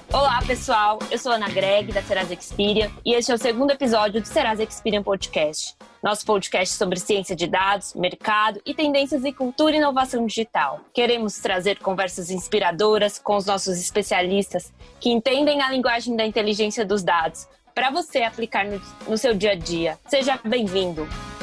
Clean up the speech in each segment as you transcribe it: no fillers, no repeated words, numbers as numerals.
Olá, pessoal. Eu sou Ana Greg, da Serasa Experian, e este é o segundo episódio do Serasa Experian Podcast. Nosso podcast sobre ciência de dados, mercado e tendências em cultura e inovação digital. Queremos trazer conversas inspiradoras com os nossos especialistas que entendem a linguagem da inteligência dos dados, para você aplicar no seu dia a dia. Seja bem-vindo!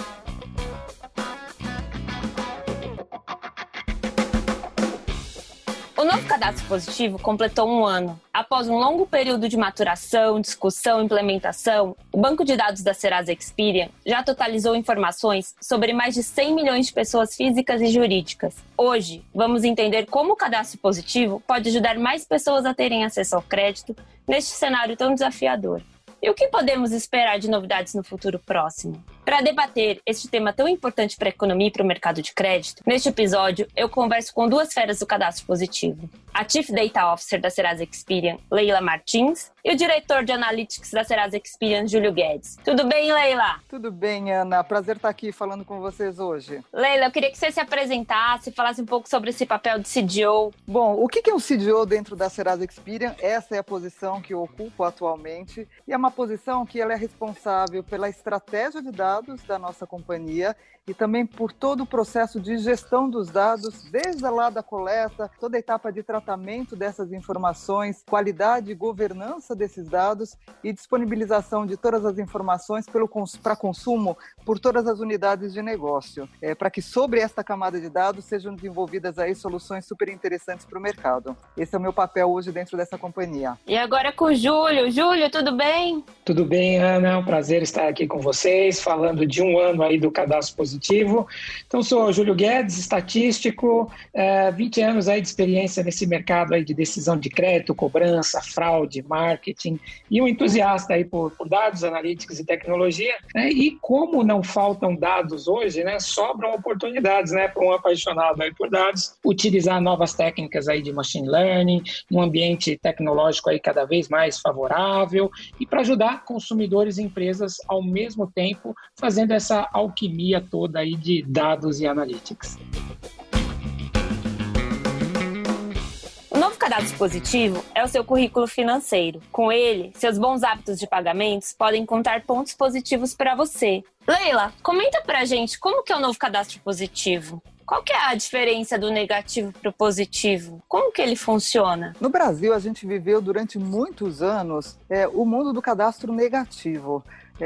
O novo cadastro positivo completou um ano. Após um longo período de maturação, discussão e implementação, o banco de dados da Serasa Experian já totalizou informações sobre mais de 100 milhões de pessoas físicas e jurídicas. Hoje, vamos entender como o cadastro positivo pode ajudar mais pessoas a terem acesso ao crédito neste cenário tão desafiador. E o que podemos esperar de novidades no futuro próximo? Para debater este tema tão importante para a economia e para o mercado de crédito, neste episódio eu converso com duas feras do cadastro positivo. A Chief Data Officer da Serasa Experian, Leila Martins, e o diretor de Analytics da Serasa Experian, Júlio Guedes. Tudo bem, Leila? Tudo bem, Ana. Prazer estar aqui falando com vocês hoje. Leila, eu queria que você se apresentasse, falasse um pouco sobre esse papel de CDO. Bom, o que é um CDO dentro da Serasa Experian? Essa é a posição que eu ocupo atualmente e é uma posição que ela é responsável pela estratégia de dados da nossa companhia e também por todo o processo de gestão dos dados, desde lá da coleta, toda a etapa de tratamento dessas informações, qualidade e governança desses dados e disponibilização de todas as informações para consumo por todas as unidades de negócio, para que sobre esta camada de dados sejam desenvolvidas aí soluções super interessantes para o mercado. Esse é o meu papel hoje dentro dessa companhia. E agora com o Júlio. Júlio, tudo bem? Tudo bem, Ana. É um prazer estar aqui com vocês, falando de um ano aí do cadastro positivo. Então, sou Júlio Guedes, estatístico, 20 anos aí de experiência nesse mercado aí de decisão de crédito, cobrança, fraude, marketing, e um entusiasta aí por dados, analytics e tecnologia, né? E como não faltam dados hoje, né, sobram oportunidades, né, para um apaixonado aí por dados, utilizar novas técnicas aí de machine learning, um ambiente tecnológico aí cada vez mais favorável, e para ajudar consumidores e empresas ao mesmo tempo, fazendo essa alquimia toda aí de dados e analytics. O novo cadastro positivo é o seu currículo financeiro. Com ele, seus bons hábitos de pagamentos podem contar pontos positivos para você. Leila, comenta pra gente como que é o novo cadastro positivo. Qual que é a diferença do negativo para o positivo? Como que ele funciona? No Brasil, a gente viveu durante muitos anos o mundo do cadastro negativo,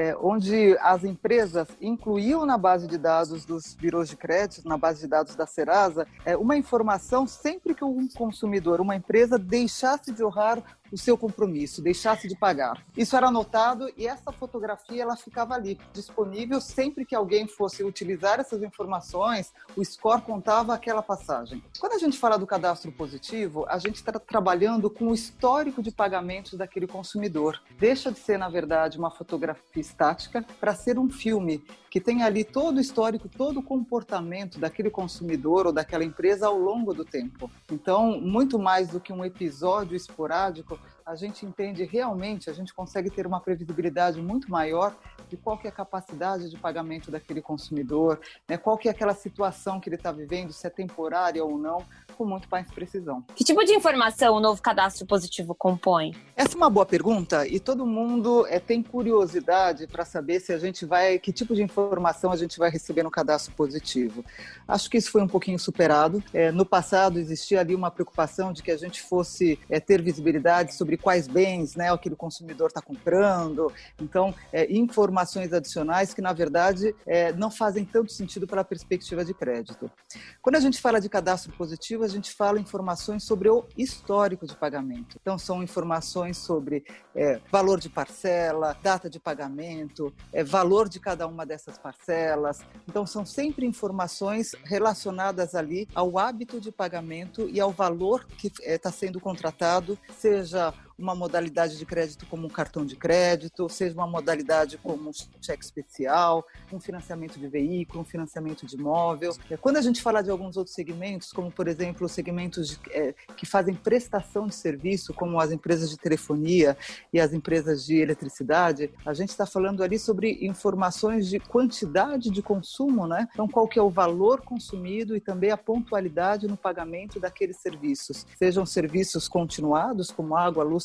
onde as empresas incluíam na base de dados dos birôs de crédito, na base de dados da Serasa, uma informação sempre que um consumidor, uma empresa, deixasse de honrar o seu compromisso, deixasse de pagar. Isso era anotado e essa fotografia ela ficava ali, disponível sempre que alguém fosse utilizar essas informações, o score contava aquela passagem. Quando a gente fala do cadastro positivo, a gente está trabalhando com o histórico de pagamentos daquele consumidor. Deixa de ser, na verdade, uma fotografia estática para ser um filme que tem ali todo o histórico, todo o comportamento daquele consumidor ou daquela empresa ao longo do tempo. Então, muito mais do que um episódio esporádico, a gente entende realmente, a gente consegue ter uma previsibilidade muito maior de qual que é a capacidade de pagamento daquele consumidor, né? Qual que é aquela situação que ele está vivendo, se é temporária ou não, com muito mais precisão. Que tipo de informação o novo cadastro positivo compõe? Essa é uma boa pergunta e todo mundo tem curiosidade para saber se a gente que tipo de informação a gente vai receber no cadastro positivo. Acho que isso foi um pouquinho superado. No passado existia ali uma preocupação de que a gente fosse ter visibilidade sobre quais bens, né, aquele consumidor está comprando. Então, informações adicionais que, na verdade, não fazem tanto sentido para a perspectiva de crédito. Quando a gente fala de cadastro positivo, a gente fala informações sobre o histórico de pagamento. Então, são informações sobre valor de parcela, data de pagamento, valor de cada uma dessas parcelas. Então, são sempre informações relacionadas ali ao hábito de pagamento e ao valor que está sendo contratado, seja uma modalidade de crédito como um cartão de crédito, seja uma modalidade como um cheque especial, um financiamento de veículo, um financiamento de imóvel. Quando a gente fala de alguns outros segmentos, como, por exemplo, os segmentos que fazem prestação de serviço, como as empresas de telefonia e as empresas de eletricidade, a gente está falando ali sobre informações de quantidade de consumo, né? Então, qual que é o valor consumido e também a pontualidade no pagamento daqueles serviços. Sejam serviços continuados, como água, luz,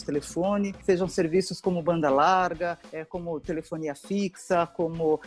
telefone, sejam serviços como banda larga, como telefonia fixa, como...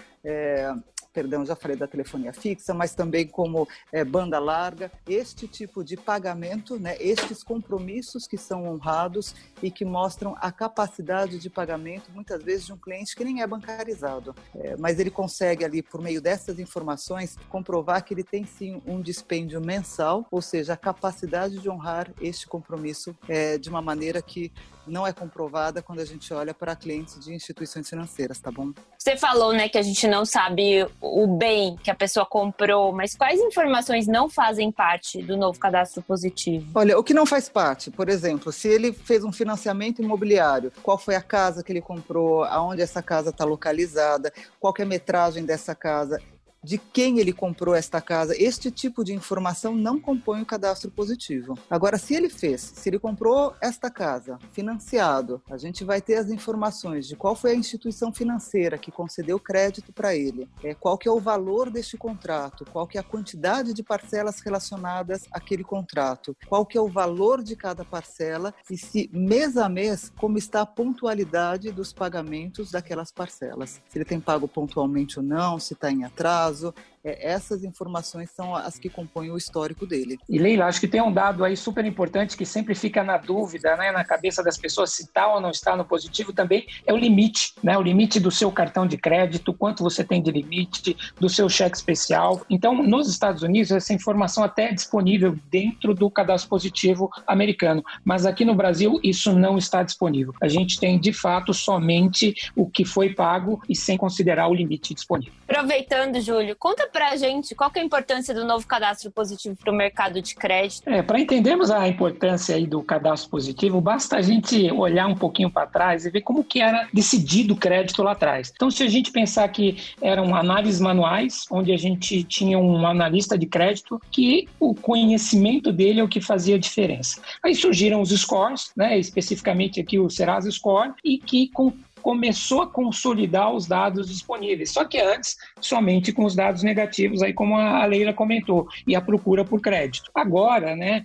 Perdão, já falei da telefonia fixa, mas também como banda larga, este tipo de pagamento, né, estes compromissos que são honrados e que mostram a capacidade de pagamento, muitas vezes, de um cliente que nem é bancarizado. Mas ele consegue ali, por meio dessas informações, comprovar que ele tem sim um dispêndio mensal, ou seja, a capacidade de honrar este compromisso de uma maneira que não é comprovada quando a gente olha para clientes de instituições financeiras, tá bom? Você falou, né, que a gente não sabe o bem que a pessoa comprou, mas quais informações não fazem parte do novo cadastro positivo? Olha, o que não faz parte, por exemplo, se ele fez um financiamento imobiliário, qual foi a casa que ele comprou, aonde essa casa está localizada, qual que é a metragem dessa casa, de quem ele comprou esta casa, este tipo de informação não compõe o cadastro positivo. Agora, se ele comprou esta casa financiado, a gente vai ter as informações de qual foi a instituição financeira que concedeu crédito para ele, qual que é o valor deste contrato, qual que é a quantidade de parcelas relacionadas àquele contrato, qual que é o valor de cada parcela e se mês a mês como está a pontualidade dos pagamentos daquelas parcelas. Se ele tem pago pontualmente ou não, se está em atraso. Essas informações são as que compõem o histórico dele. E Leila, acho que tem um dado aí super importante que sempre fica na dúvida, né, na cabeça das pessoas se está ou não está no positivo também, é o limite, né, o limite do seu cartão de crédito, quanto você tem de limite, do seu cheque especial. Então, nos Estados Unidos, essa informação até é disponível dentro do cadastro positivo americano, mas aqui no Brasil isso não está disponível. A gente tem, de fato, somente o que foi pago e sem considerar o limite disponível. Aproveitando, Júlio, conta pra gente qual que é a importância do novo cadastro positivo para o mercado de crédito. Para entendermos a importância aí do cadastro positivo, basta a gente olhar um pouquinho para trás e ver como que era decidido o crédito lá atrás. Então, se a gente pensar que eram análises manuais, onde a gente tinha um analista de crédito, que o conhecimento dele é o que fazia diferença. Aí surgiram os scores, né, especificamente aqui o Serasa Score, e que começou a consolidar os dados disponíveis, só que antes somente com os dados negativos, aí como a Leila comentou, e a procura por crédito. Agora, né,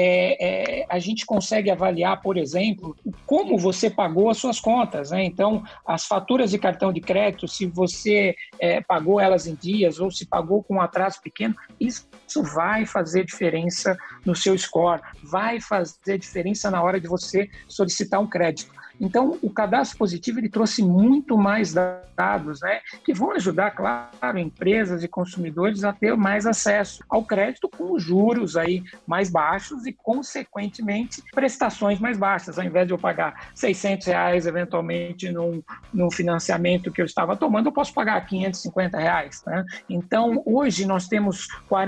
a gente consegue avaliar, por exemplo, como você pagou as suas contas, né? Então, as faturas de cartão de crédito, se você pagou elas em dias ou se pagou com um atraso pequeno, isso vai fazer diferença no seu score, vai fazer diferença na hora de você solicitar um crédito. Então, o cadastro positivo ele trouxe muito mais dados, né, que vão ajudar, claro, empresas e consumidores a ter mais acesso ao crédito com juros aí mais baixos e, consequentemente, prestações mais baixas. Ao invés de eu pagar R$600 eventualmente num financiamento que eu estava tomando, eu posso pagar R$550, né? Então, hoje nós temos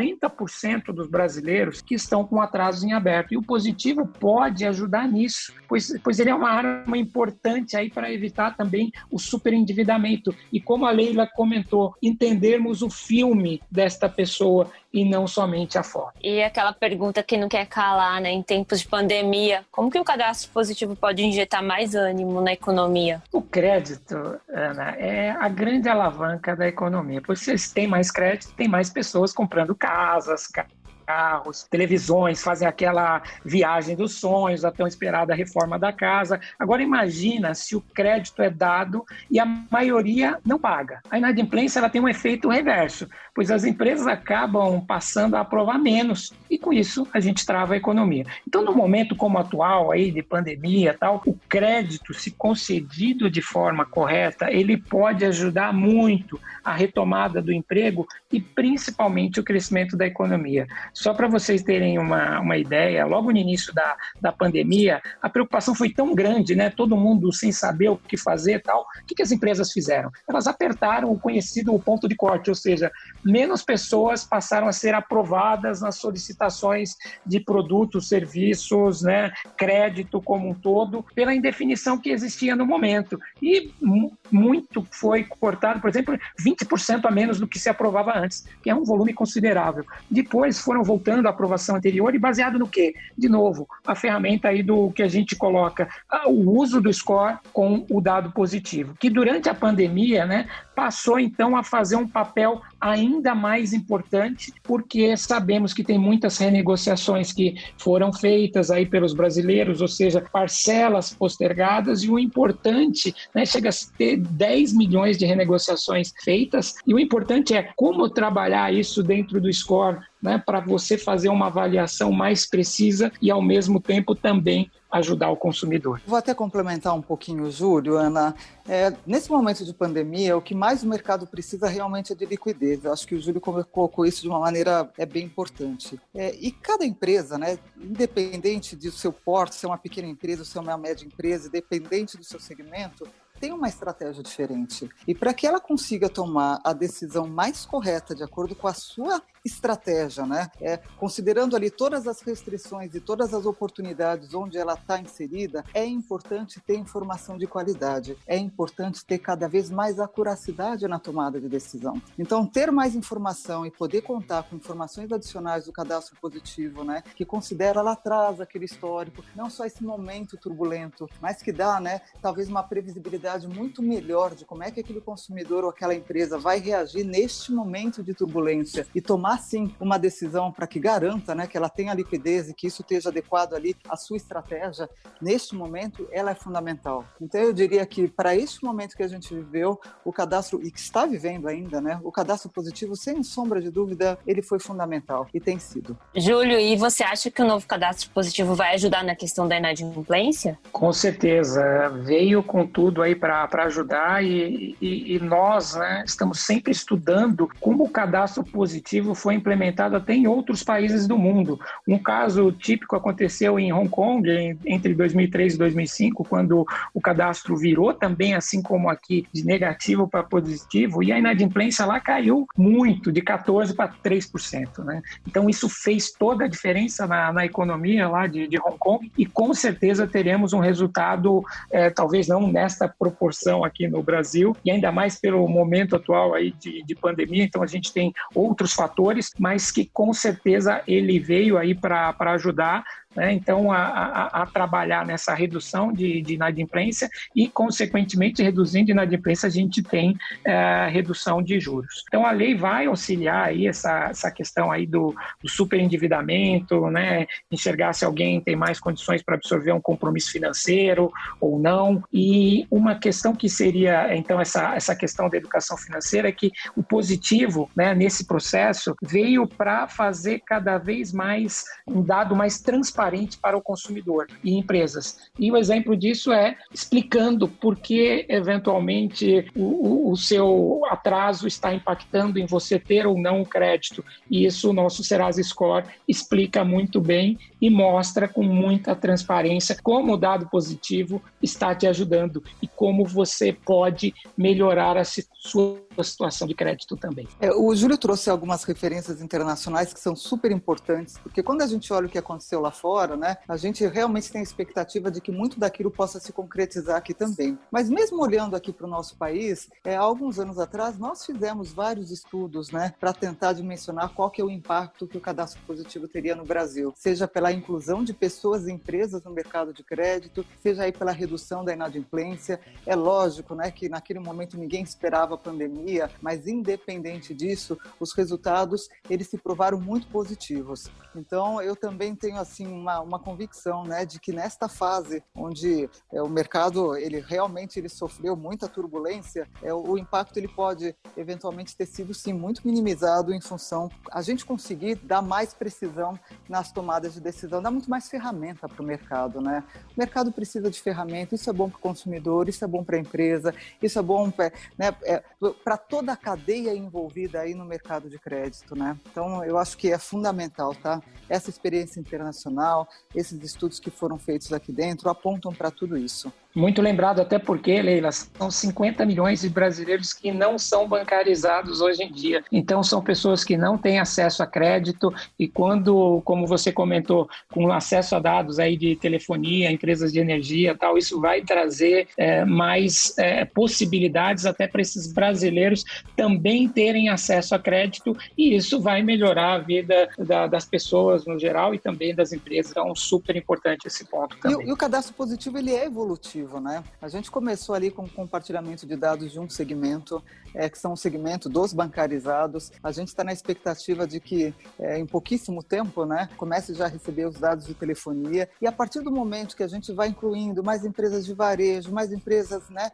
40% dos brasileiros que estão com atrasos em aberto e o positivo pode ajudar nisso, pois ele é uma arma importante aí para evitar também o superendividamento e, como a Leila comentou, entendermos o filme desta pessoa e não somente a foto. E aquela pergunta que não quer calar, né? Em tempos de pandemia, como que o cadastro positivo pode injetar mais ânimo na economia? O crédito, Ana, é a grande alavanca da economia. Pois se tem mais crédito, tem mais pessoas comprando casas, carros, televisões, fazem aquela viagem dos sonhos, a tão esperada reforma da casa. Agora imagina se o crédito é dado e a maioria não paga. A inadimplência ela tem um efeito reverso, pois as empresas acabam passando a aprovar menos e com isso a gente trava a economia. Então, no momento como o atual aí de pandemia, tal, o crédito, se concedido de forma correta, ele pode ajudar muito a retomada do emprego e principalmente o crescimento da economia. Só para vocês terem uma ideia, logo no início da pandemia, a preocupação foi tão grande, né? Todo mundo sem saber o que fazer e tal. O que as empresas fizeram? Elas apertaram o conhecido ponto de corte, ou seja, menos pessoas passaram a ser aprovadas nas solicitações de produtos, serviços, né? Crédito como um todo, pela indefinição que existia no momento. E muito foi cortado, por exemplo, 20% a menos do que se aprovava antes, que é um volume considerável. Depois foram voltando à aprovação anterior e baseado no quê? De novo, a ferramenta aí do que a gente coloca, o uso do score com o dado positivo, que durante a pandemia, né, passou então a fazer um papel ainda mais importante, porque sabemos que tem muitas renegociações que foram feitas aí pelos brasileiros, ou seja, parcelas postergadas, e o importante, né, chega a ter 10 milhões de renegociações feitas, e o importante é como trabalhar isso dentro do score, né, para você fazer uma avaliação mais precisa e, ao mesmo tempo, também ajudar o consumidor. Vou até complementar um pouquinho, Júlio, Ana. Nesse momento de pandemia, o que mais o mercado precisa realmente é de liquidez. Eu acho que o Júlio colocou isso de uma maneira bem importante. E cada empresa, né, independente do seu porte, se é uma pequena empresa, se é uma média empresa, independente do seu segmento, tem uma estratégia diferente. E para que ela consiga tomar a decisão mais correta, de acordo com a sua estratégia, né? Considerando ali todas as restrições e todas as oportunidades onde ela está inserida, é importante ter informação de qualidade, é importante ter cada vez mais acuracidade na tomada de decisão. Então, ter mais informação e poder contar com informações adicionais do cadastro positivo, né? Que considera lá atrás aquele histórico, não só esse momento turbulento, mas que dá, né, talvez uma previsibilidade muito melhor de como é que aquele consumidor ou aquela empresa vai reagir neste momento de turbulência e tomar, sim, uma decisão para que garanta, né, que ela tenha liquidez e que isso esteja adequado ali à sua estratégia, neste momento, ela é fundamental. Então, eu diria que para este momento que a gente viveu, o cadastro, e que está vivendo ainda, né, o cadastro positivo, sem sombra de dúvida, ele foi fundamental e tem sido. Júlio, e você acha que o novo cadastro positivo vai ajudar na questão da inadimplência? Com certeza, veio com tudo aí para ajudar e nós, né, estamos sempre estudando como o cadastro positivo foi implementado até em outros países do mundo. Um caso típico aconteceu em Hong Kong entre 2003 e 2005, quando o cadastro virou também, assim como aqui, de negativo para positivo, e a inadimplência lá caiu muito, de 14% para 3%. Né? Então isso fez toda a diferença na economia lá de Hong Kong, e com certeza teremos um resultado, talvez não nesta proporção aqui no Brasil, e ainda mais pelo momento atual aí de pandemia. Então a gente tem outros fatores, mas que com certeza ele veio aí para ajudar, né? Então, a trabalhar nessa redução de inadimplência e, consequentemente, reduzindo a inadimplência, a gente tem redução de juros. Então, a lei vai auxiliar aí essa questão aí do superendividamento, né? Enxergar se alguém tem mais condições para absorver um compromisso financeiro ou não. E uma questão que seria, então, essa questão da educação financeira é que o positivo, né, nesse processo veio para fazer cada vez mais um dado mais transparente para o consumidor e empresas. E o exemplo disso é explicando por que, eventualmente, o seu atraso está impactando em você ter ou não o crédito. E isso o nosso Serasa Score explica muito bem e mostra com muita transparência como o dado positivo está te ajudando e como você pode melhorar a sua situação de crédito também. O Júlio trouxe algumas referências internacionais que são super importantes, porque quando a gente olha o que aconteceu lá fora, né, a gente realmente tem a expectativa de que muito daquilo possa se concretizar aqui também. Mas mesmo olhando aqui para o nosso país, há alguns anos atrás, nós fizemos vários estudos, né, para tentar dimensionar qual que é o impacto que o cadastro positivo teria no Brasil, seja pela inclusão de pessoas e empresas no mercado de crédito, seja aí pela redução da inadimplência. É lógico, né, que naquele momento ninguém esperava a pandemia, mas independente disso, os resultados, eles se provaram muito positivos. Então, eu também tenho assim uma convicção, né, de que nesta fase onde o mercado ele realmente sofreu muita turbulência, o impacto ele pode eventualmente ter sido sim muito minimizado em função a gente conseguir dar mais precisão nas tomadas de decisão, dar muito mais ferramenta para o mercado, né? O mercado precisa de ferramenta, isso é bom para o consumidor, isso é bom para a empresa, isso é bom para toda a cadeia envolvida aí no mercado de crédito, né? Então, eu acho que é fundamental, tá? Essa experiência internacional, esses estudos que foram feitos aqui dentro apontam para tudo isso. Muito lembrado, até porque, Leila, são 50 milhões de brasileiros que não são bancarizados hoje em dia. Então, são pessoas que não têm acesso a crédito e quando, como você comentou, com acesso a dados aí de telefonia, empresas de energia e tal, isso vai trazer mais possibilidades até para esses brasileiros também terem acesso a crédito e isso vai melhorar a vida das pessoas no geral e também das empresas. Então, super importante esse ponto também. E o cadastro positivo, ele é evolutivo, né? A gente começou ali com o compartilhamento de dados de um segmento, que são o segmento dos bancarizados. A gente está na expectativa de que, em pouquíssimo tempo, né, comece já a receber os dados de telefonia. E a partir do momento que a gente vai incluindo mais empresas de varejo, mais empresas, né,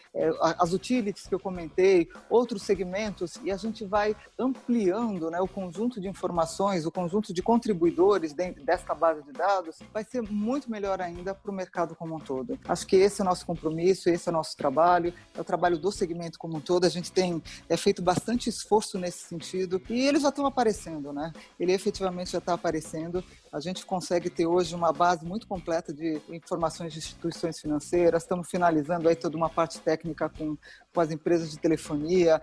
as utilities que eu comentei, outros segmentos, e a gente vai ampliando, né, o conjunto de informações, o conjunto de contribuidores dentro dessa base de dados, vai ser muito melhor ainda para o mercado como um todo. Acho que esse é o nosso compromisso, esse é o nosso trabalho, é o trabalho do segmento como um todo. A gente tem feito bastante esforço nesse sentido e eles já estão aparecendo, né? Ele efetivamente já está aparecendo. A gente consegue ter hoje uma base muito completa de informações de instituições financeiras, estamos finalizando aí toda uma parte técnica com as empresas de telefonia,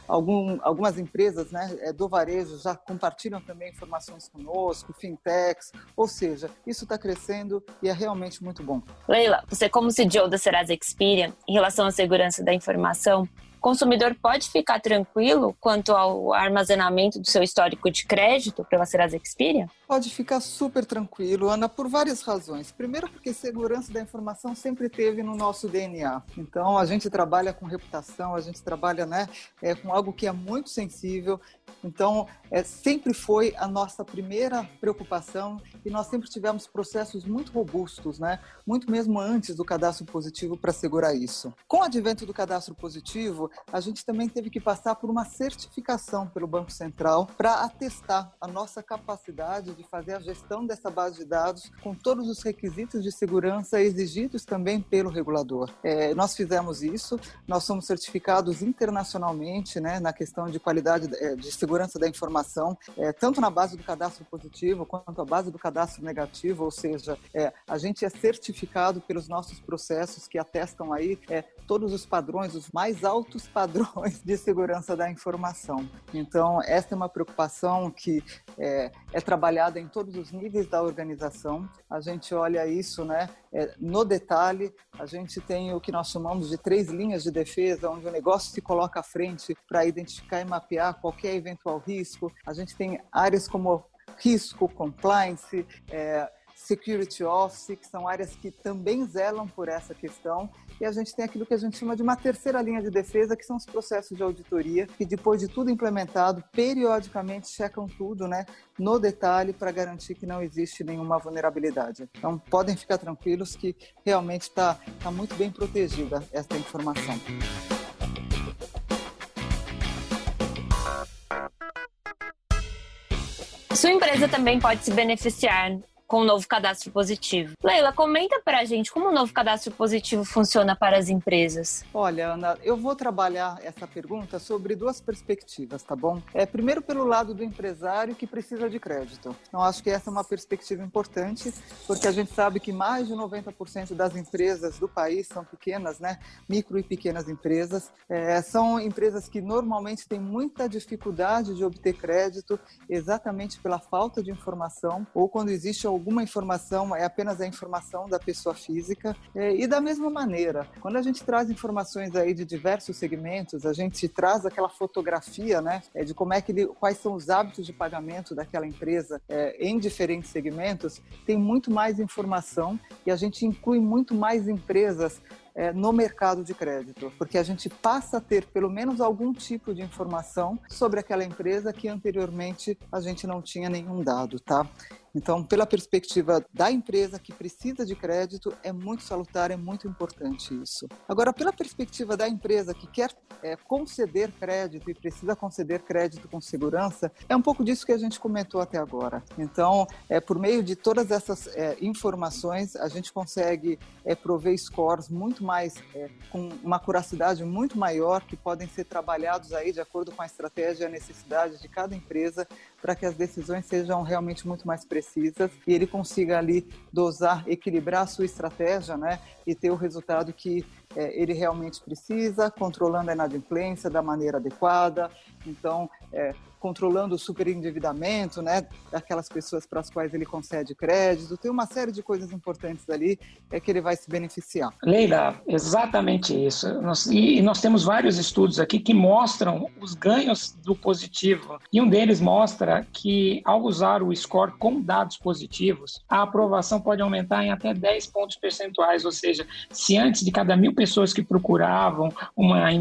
algumas empresas, né, do varejo já compartilham também informações conosco, fintechs, ou seja, isso está crescendo e é realmente muito bom. Leila, você como CDO da Serasa Experian, em relação à segurança da informação, o consumidor pode ficar tranquilo quanto ao armazenamento do seu histórico de crédito pela Serasa Experian? Pode ficar super tranquilo, Ana, por várias razões. Primeiro, porque segurança da informação sempre teve no nosso DNA. Então, a gente trabalha com reputação, a gente trabalha, né, com algo que é muito sensível. Então, sempre foi a nossa primeira preocupação e nós sempre tivemos processos muito robustos, né, muito mesmo antes do cadastro positivo para assegurar isso. Com o advento do cadastro positivo, a gente também teve que passar por uma certificação pelo Banco Central para atestar a nossa capacidade de fazer a gestão dessa base de dados com todos os requisitos de segurança exigidos também pelo regulador. Nós fizemos isso, nós somos certificados internacionalmente, né, na questão de qualidade de segurança da informação, tanto na base do cadastro positivo quanto a base do cadastro negativo, ou seja, a gente é certificado pelos nossos processos que atestam aí todos os padrões, os mais altos padrões de segurança da informação. Então, essa é uma preocupação que é trabalhada em todos os níveis da organização. A gente olha isso, né, no detalhe. A gente tem o que nós chamamos de 3 linhas de defesa, onde o negócio se coloca à frente para identificar e mapear qualquer eventual risco. A gente tem áreas como risco, compliance, Security Office, que são áreas que também zelam por essa questão. E a gente tem aquilo que a gente chama de uma terceira linha de defesa, que são os processos de auditoria, que depois de tudo implementado, periodicamente checam tudo, né, no detalhe para garantir que não existe nenhuma vulnerabilidade. Então, podem ficar tranquilos que realmente está muito bem protegida essa informação. Sua empresa também pode se beneficiar com o novo cadastro positivo. Leila, comenta pra gente como o novo cadastro positivo funciona para as empresas. Olha, Ana, eu vou trabalhar essa pergunta sobre 2 perspectivas, tá bom? Primeiro pelo lado do empresário que precisa de crédito. Então, acho que essa é uma perspectiva importante, porque a gente sabe que mais de 90% das empresas do país são pequenas, né? Micro e pequenas empresas. São empresas que normalmente têm muita dificuldade de obter crédito exatamente pela falta de informação ou quando existe alguma informação, é apenas a informação da pessoa física. E da mesma maneira, quando a gente traz informações aí de diversos segmentos, a gente traz aquela fotografia, né, de quais são os hábitos de pagamento daquela empresa em diferentes segmentos, tem muito mais informação e a gente inclui muito mais empresas no mercado de crédito, porque a gente passa a ter pelo menos algum tipo de informação sobre aquela empresa que anteriormente a gente não tinha nenhum dado, tá? Então, pela perspectiva da empresa que precisa de crédito, é muito salutar, é muito importante isso. Agora, pela perspectiva da empresa que quer conceder crédito e precisa conceder crédito com segurança, é um pouco disso que a gente comentou até agora. Então, por meio de todas essas informações, a gente consegue prover scores muito mais, com uma acuracidade muito maior, que podem ser trabalhados aí de acordo com a estratégia e a necessidade de cada empresa, para que as decisões sejam realmente muito mais precisas precisas e ele consiga ali dosar, equilibrar a sua estratégia, né, e ter o resultado que ele realmente precisa, controlando a inadimplência da maneira adequada, então controlando o superendividamento, né, daquelas pessoas para as quais ele concede crédito. Tem uma série de coisas importantes ali que ele vai se beneficiar. Leila, exatamente isso. Nós temos vários estudos aqui que mostram os ganhos do positivo. E um deles mostra que, ao usar o score com dados positivos, a aprovação pode aumentar em até 10 pontos percentuais. Ou seja, se antes de cada 1.000 pessoas que procuravam uma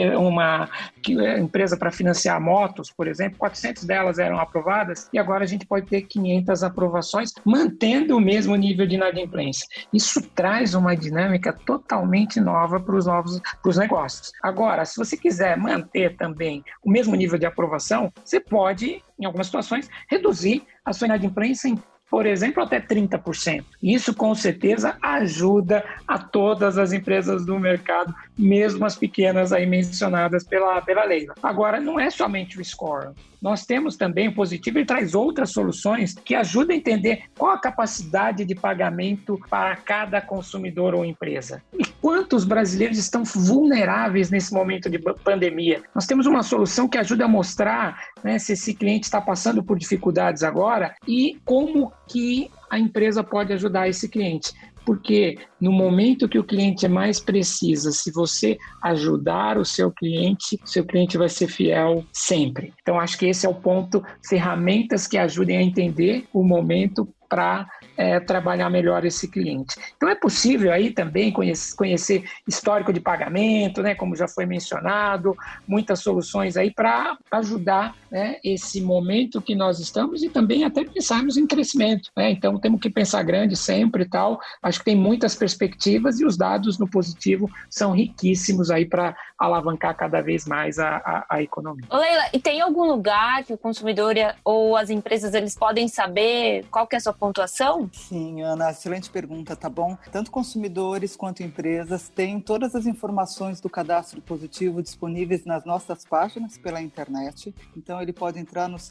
empresa para financiar motos, por exemplo, 400 delas eram aprovadas, e agora a gente pode ter 500 aprovações, mantendo o mesmo nível de inadimplência. Isso traz uma dinâmica totalmente nova para os negócios. Agora, se você quiser manter também o mesmo nível de aprovação, você pode, em algumas situações, reduzir a sua inadimplência em, por exemplo, até 30%. Isso, com certeza, ajuda a todas as empresas do mercado, mesmo as pequenas aí mencionadas pela Leila. Agora, não é somente o score. Nós temos também o positivo, ele traz outras soluções que ajudam a entender qual a capacidade de pagamento para cada consumidor ou empresa. E quantos brasileiros estão vulneráveis nesse momento de pandemia. Nós temos uma solução que ajuda a mostrar, né, se esse cliente está passando por dificuldades agora e como que a empresa pode ajudar esse cliente. Porque no momento que o cliente mais precisa, se você ajudar o seu cliente vai ser fiel sempre. Então, acho que esse é o ponto, ferramentas que ajudem a entender o momento para trabalhar melhor esse cliente. Então, é possível aí também conhecer histórico de pagamento, né, como já foi mencionado, muitas soluções aí para ajudar, né, esse momento que nós estamos e também até pensarmos em crescimento, né? Então, temos que pensar grande sempre e tal. Acho que tem muitas perspectivas e os dados no positivo são riquíssimos aí para alavancar cada vez mais a economia. Leila, e tem algum lugar que o consumidor ou as empresas eles podem saber qual que é a sua pontuação? Sim, Ana, excelente pergunta, tá bom? Tanto consumidores quanto empresas têm todas as informações do cadastro positivo disponíveis nas nossas páginas pela internet. Então, ele pode entrar no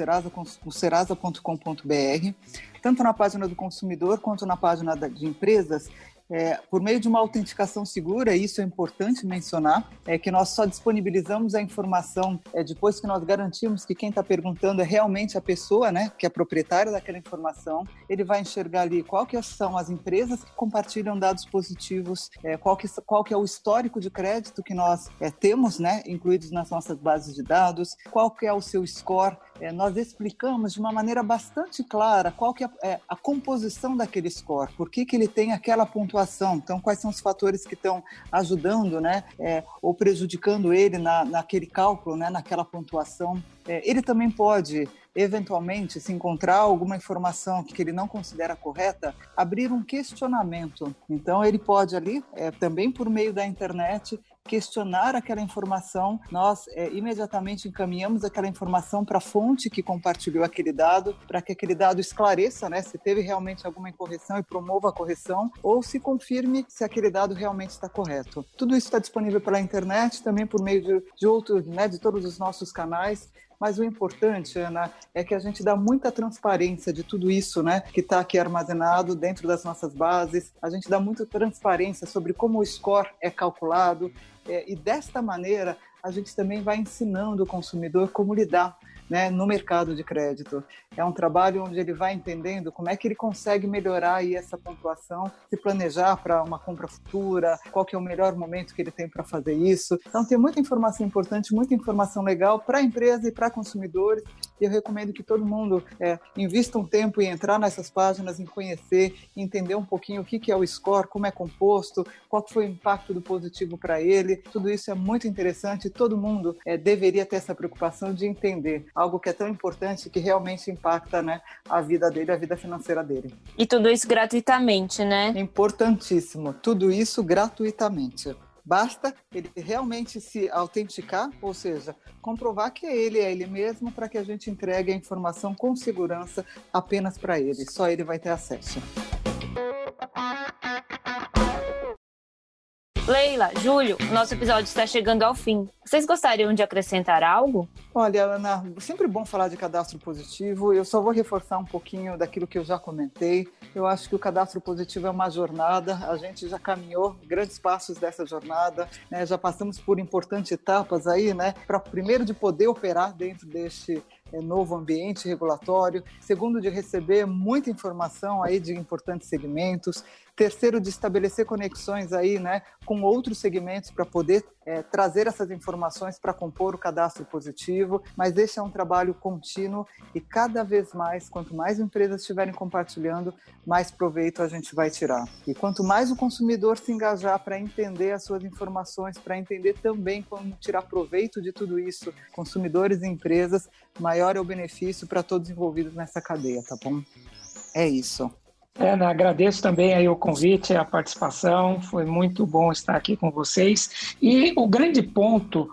serasa.com.br, tanto na página do consumidor quanto na página de empresas. Por meio de uma autenticação segura, isso é importante mencionar, que nós só disponibilizamos a informação depois que nós garantimos que quem está perguntando é realmente a pessoa, né, que é proprietária daquela informação. Ele vai enxergar ali qual que são as empresas que compartilham dados positivos, qual que é o histórico de crédito que nós temos, né, incluídos nas nossas bases de dados, qual que é o seu score. Nós explicamos de uma maneira bastante clara qual que é a composição daquele score, por que ele tem aquela pontuação, então quais são os fatores que estão ajudando, né, ou prejudicando ele naquele cálculo, né, naquela pontuação. Ele também pode, eventualmente, se encontrar alguma informação que ele não considera correta, abrir um questionamento. Então, ele pode ali, também por meio da internet, questionar aquela informação. Nós imediatamente encaminhamos aquela informação para a fonte que compartilhou aquele dado, para que aquele dado esclareça, né, se teve realmente alguma incorreção e promova a correção, ou se confirme se aquele dado realmente está correto. Tudo isso está disponível pela internet, também por meio de outros, né, de todos os nossos canais. Mas o importante, Ana, é que a gente dá muita transparência de tudo isso, né, que está aqui armazenado dentro das nossas bases. A gente dá muita transparência sobre como o score é calculado, e desta maneira a gente também vai ensinando o consumidor como lidar, né, no mercado de crédito. É um trabalho onde ele vai entendendo como é que ele consegue melhorar aí essa pontuação, se planejar para uma compra futura, qual que é o melhor momento que ele tem para fazer isso. Então, tem muita informação importante, muita informação legal para a empresa e para consumidores. E eu recomendo que todo mundo invista um tempo em entrar nessas páginas, em conhecer, entender um pouquinho o que é o score, como é composto, qual que foi o impacto do positivo para ele. Tudo isso é muito interessante e todo mundo deveria ter essa preocupação de entender algo que é tão importante que realmente impacta, né, a vida dele, a vida financeira dele. E tudo isso gratuitamente, né? Importantíssimo. Tudo isso gratuitamente. Basta ele realmente se autenticar, ou seja, comprovar que é ele mesmo, para que a gente entregue a informação com segurança apenas para ele. Só ele vai ter acesso. Leila, Júlio, nosso episódio está chegando ao fim. Vocês gostariam de acrescentar algo? Olha, Ana, sempre bom falar de cadastro positivo. Eu só vou reforçar um pouquinho daquilo que eu já comentei. Eu acho que o cadastro positivo é uma jornada. A gente já caminhou grandes passos dessa jornada, né? Já passamos por importantes etapas aí, né? Para primeiro de poder operar dentro deste novo ambiente regulatório. Segundo, de receber muita informação aí de importantes segmentos. Terceiro, de estabelecer conexões aí, né, com outros segmentos para poder trazer essas informações para compor o cadastro positivo. Mas esse é um trabalho contínuo e cada vez mais, quanto mais empresas estiverem compartilhando, mais proveito a gente vai tirar. E quanto mais o consumidor se engajar para entender as suas informações, para entender também como tirar proveito de tudo isso, consumidores e empresas, maior é o benefício para todos envolvidos nessa cadeia, tá bom? É isso. Ana, agradeço também aí o convite, a participação, foi muito bom estar aqui com vocês. E o grande ponto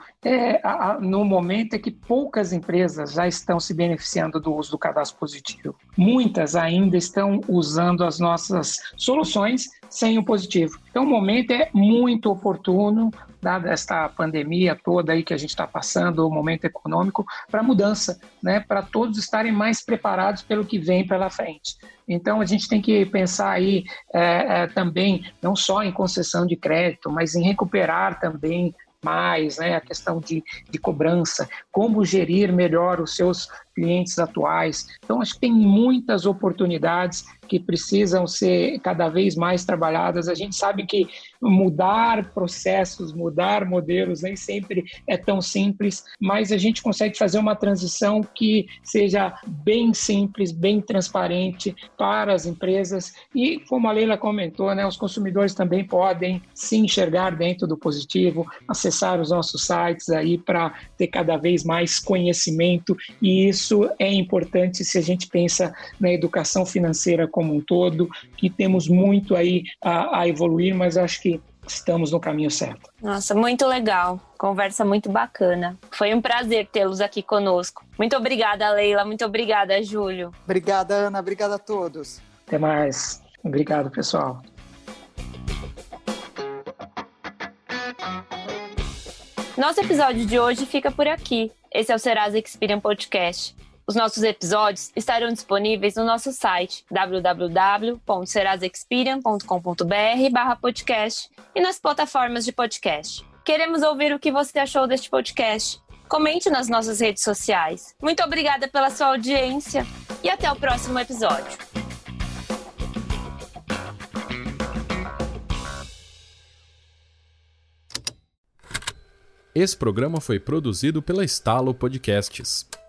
no momento é que poucas empresas já estão se beneficiando do uso do cadastro positivo. Muitas ainda estão usando as nossas soluções sem o positivo. Então o momento é muito oportuno, dada esta pandemia toda aí que a gente está passando, o momento econômico, para mudança, né? Para todos estarem mais preparados pelo que vem pela frente. Então, a gente tem que pensar aí também, não só em concessão de crédito, mas em recuperar também mais, né, a questão de cobrança, como gerir melhor os seus clientes atuais. Então, acho que tem muitas oportunidades que precisam ser cada vez mais trabalhadas. A gente sabe que mudar processos, mudar modelos nem sempre é tão simples, mas a gente consegue fazer uma transição que seja bem simples, bem transparente para as empresas e, como a Leila comentou, né, os consumidores também podem se enxergar dentro do positivo, acessar os nossos sites aí para ter cada vez mais conhecimento, e isso é importante se a gente pensa na educação financeira como um todo, que temos muito aí a evoluir, mas acho que estamos no caminho certo. Nossa, muito legal. Conversa muito bacana. Foi um prazer tê-los aqui conosco. Muito obrigada, Leila. Muito obrigada, Júlio. Obrigada, Ana. Obrigada a todos. Até mais. Obrigado, pessoal. Nosso episódio de hoje fica por aqui. Esse é o Serasa Experian Podcast. Os nossos episódios estarão disponíveis no nosso site www.serasexperian.com.br/podcast e nas plataformas de podcast. Queremos ouvir o que você achou deste podcast. Comente nas nossas redes sociais. Muito obrigada pela sua audiência e até o próximo episódio. Esse programa foi produzido pela Estalo Podcasts.